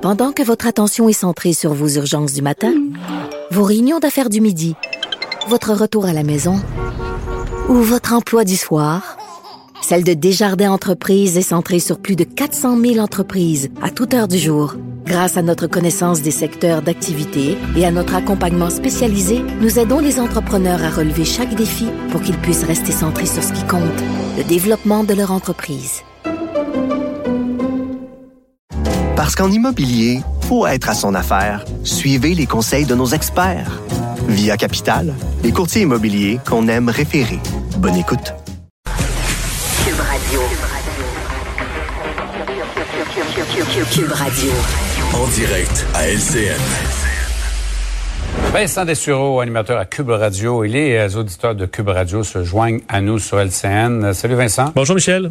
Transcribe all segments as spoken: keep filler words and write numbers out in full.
Pendant que votre attention est centrée sur vos urgences du matin, vos réunions d'affaires du midi, votre retour à la maison ou votre emploi du soir, celle de Desjardins Entreprises est centrée sur plus de quatre cent mille entreprises à toute heure du jour. Grâce à notre connaissance des secteurs d'activité et à notre accompagnement spécialisé, nous aidons les entrepreneurs à relever chaque défi pour qu'ils puissent rester centrés sur ce qui compte, le développement de leur entreprise. Parce qu'en immobilier, faut être à son affaire. Suivez les conseils de nos experts. Via Capital, les courtiers immobiliers qu'on aime référer. Bonne écoute. Cube Radio. Cube Radio. En direct à L C N. Vincent Dessureau, animateur à Cube Radio, et les auditeurs de Cube Radio se joignent à nous sur L C N. Salut Vincent. Bonjour Michel.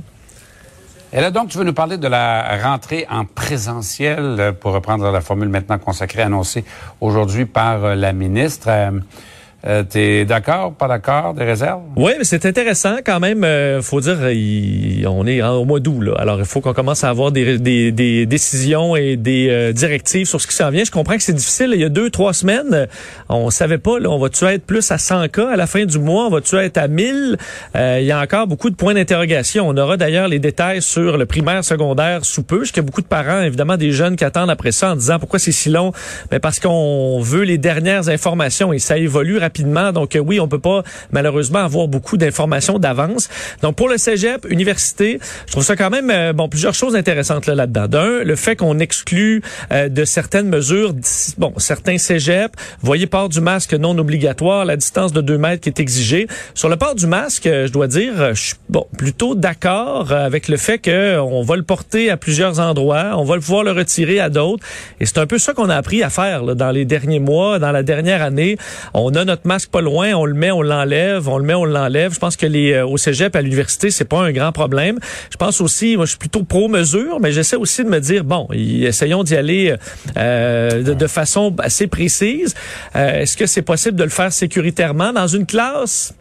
Et là donc, tu veux nous parler de la rentrée en présentiel, pour reprendre la formule maintenant consacrée, annoncée aujourd'hui par la ministre. Euh, Euh, t'es d'accord, pas d'accord, des réserves? Oui, mais c'est intéressant quand même. Euh, faut dire, il, on est en, au mois d'août, là. Alors, il faut qu'on commence à avoir des, des, des décisions et des euh, directives sur ce qui s'en vient. Je comprends que c'est difficile. Il y a deux, trois semaines, on savait pas, là, on va-tu être plus à cent cas à la fin du mois? On va-tu être à mille? Euh, il y a encore beaucoup de points d'interrogation. On aura d'ailleurs les détails sur le primaire, secondaire sous peu. Parce qu'il y a beaucoup de parents, évidemment, des jeunes qui attendent après ça en disant pourquoi c'est si long? Ben, parce qu'on veut les dernières informations et ça évolue rapidement. Rapidement. Donc, oui, on peut pas, malheureusement, avoir beaucoup d'informations d'avance. Donc, pour le cégep, université, je trouve ça quand même, euh, bon, plusieurs choses intéressantes là, là-dedans. D'un, le fait qu'on exclut euh, de certaines mesures, bon, certains cégeps, voyez, port du masque non obligatoire, la distance de deux mètres qui est exigée. Sur le port du masque, je dois dire, je suis, bon, plutôt d'accord avec le fait qu'on va le porter à plusieurs endroits, on va pouvoir le retirer à d'autres. Et c'est un peu ça qu'on a appris à faire là, dans les derniers mois, dans la dernière année. On a notre masque pas loin, on le met, on l'enlève, on le met, on l'enlève. Je pense que les euh, au cégep, à l'université, c'est pas un grand problème. Je pense aussi, moi, je suis plutôt pro-mesure, mais j'essaie aussi de me dire, bon, y, essayons d'y aller euh, de, de façon assez précise. Euh, est-ce que c'est possible de le faire sécuritairement dans une classe?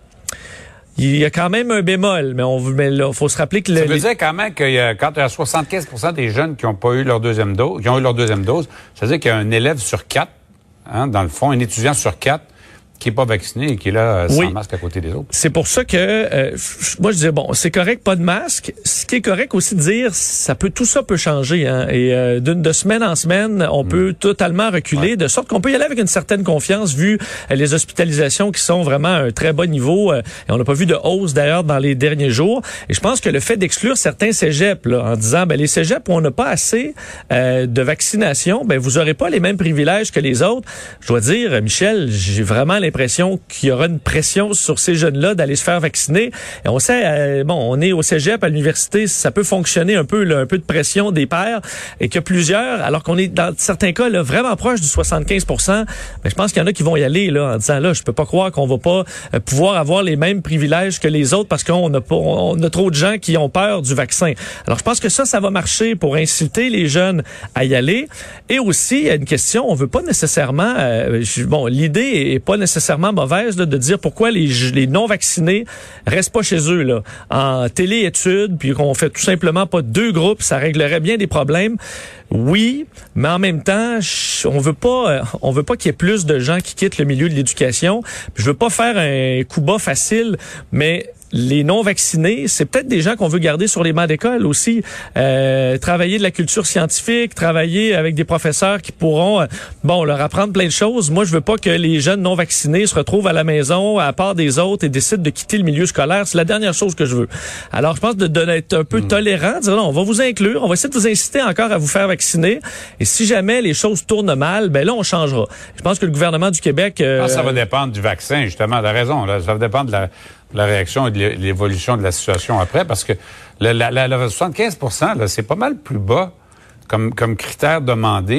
Il y a quand même un bémol, mais on mais là, faut se rappeler que... Ça le, veut les... dire quand même que euh, quand il y a soixante-quinze pour cent des jeunes qui n'ont pas eu leur deuxième dose, qui ont eu leur deuxième dose, ça veut dire qu'il y a un élève sur quatre, hein, dans le fond, un étudiant sur quatre, qui est pas vacciné et qui est là sans oui. masque à côté des autres. C'est pour ça que euh, moi je dis bon, c'est correct pas de masque. Ce qui est correct aussi de dire, ça peut tout ça peut changer hein, et euh, d'une de semaine en semaine, on mm. peut totalement reculer ouais. de sorte qu'on peut y aller avec une certaine confiance vu euh, les hospitalisations qui sont vraiment à un très bas niveau euh, et on n'a pas vu de hausse d'ailleurs dans les derniers jours. Et je pense que le fait d'exclure certains cégeps là, en disant ben les cégeps où on n'a pas assez euh, de vaccination, ben vous aurez pas les mêmes privilèges que les autres. Je dois dire Michel, j'ai vraiment l'impression qu'il y aura une pression sur ces jeunes-là d'aller se faire vacciner. Et on sait, euh, bon, on est au cégep, à l'université, ça peut fonctionner un peu, là, un peu de pression des pairs, et que plusieurs, alors qu'on est dans certains cas là, vraiment proche du soixante-quinze pour cent, mais je pense qu'il y en a qui vont y aller là en disant là, je peux pas croire qu'on va pas euh, pouvoir avoir les mêmes privilèges que les autres parce qu'on a pas, on a trop de gens qui ont peur du vaccin. Alors je pense que ça, ça va marcher pour inciter les jeunes à y aller. Et aussi, il y a une question, on veut pas nécessairement, euh, bon, l'idée est pas nécessairement mauvaise là, de dire pourquoi les, les non-vaccinés restent pas chez eux là en téléétudes, puis qu'on fait tout simplement pas deux groupes, ça réglerait bien des problèmes. Oui, mais en même temps, on veut pas, on veut pas qu'il y ait plus de gens qui quittent le milieu de l'éducation. Je veux pas faire un coup bas facile, mais les non-vaccinés, c'est peut-être des gens qu'on veut garder sur les bancs d'école aussi. Euh, travailler de la culture scientifique, travailler avec des professeurs qui pourront, euh, bon, leur apprendre plein de choses. Moi, je veux pas que les jeunes non-vaccinés se retrouvent à la maison, à part des autres, et décident de quitter le milieu scolaire. C'est la dernière chose que je veux. Alors, je pense de, de d'être un peu mmh. tolérant, de dire non, on va vous inclure, on va essayer de vous inciter encore à vous faire vacciner. Et si jamais les choses tournent mal, ben là, on changera. Je pense que le gouvernement du Québec... Euh, je pense que ça va dépendre du vaccin, justement. T'as raison, là. Ça va dépendre de la... la réaction et de l'évolution de la situation après, parce que le, la, la, le soixante-quinze pour cent, là, c'est pas mal plus bas comme, comme critère demandé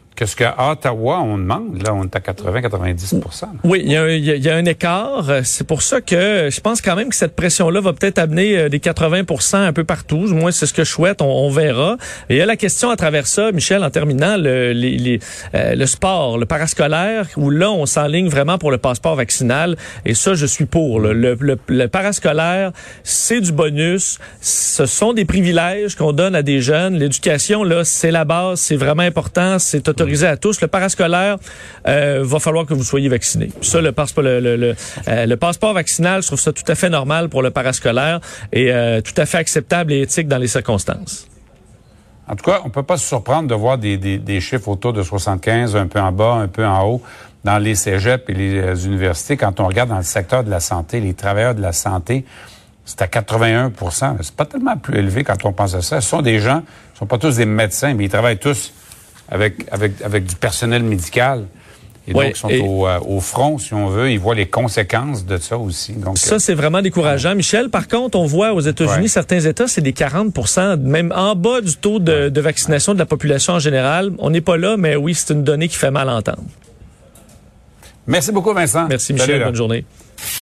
Qu'est-ce qu'à Ottawa, on demande? Là, on est à quatre-vingts à quatre-vingt-dix pour cent. Oui, il y, a un, il y a un écart. C'est pour ça que je pense quand même que cette pression-là va peut-être amener des quatre-vingts pour cent un peu partout. Moi, c'est ce que je souhaite. On, on verra. Et il y a la question à travers ça, Michel, en terminant, le, les, les, euh, le sport, le parascolaire, où là, on s'enligne vraiment pour le passeport vaccinal. Et ça, je suis pour. Le, le, le, le parascolaire, c'est du bonus. Ce sont des privilèges qu'on donne à des jeunes. L'éducation, là, c'est la base. C'est vraiment important. C'est autorisé à tous. Le parascolaire, euh, va falloir que vous soyez vacciné. Ça, le, passe, le, le, le, euh, le passeport vaccinal, je trouve ça tout à fait normal pour le parascolaire et euh, tout à fait acceptable et éthique dans les circonstances. En tout cas, on peut pas se surprendre de voir des, des, des chiffres autour de soixante-quinze, un peu en bas, un peu en haut, dans les cégeps et les euh, universités. Quand on regarde dans le secteur de la santé, les travailleurs de la santé, c'est à quatre-vingt-un pour cent. C'est pas tellement plus élevé quand on pense à ça. Ce sont des gens, ce sont pas tous des médecins, mais ils travaillent tous avec avec avec du personnel médical. Et oui, donc, ils sont et au, euh, au front, si on veut. Ils voient les conséquences de ça aussi. Donc, ça, euh, c'est vraiment décourageant. Michel, par contre, on voit aux États-Unis, ouais. certains États, c'est des quarante pour cent, même en bas du taux de, de vaccination de la population en général. On n'est pas là, mais oui, c'est une donnée qui fait mal entendre. Merci beaucoup, Vincent. Merci, Michel. Salut, bonne journée.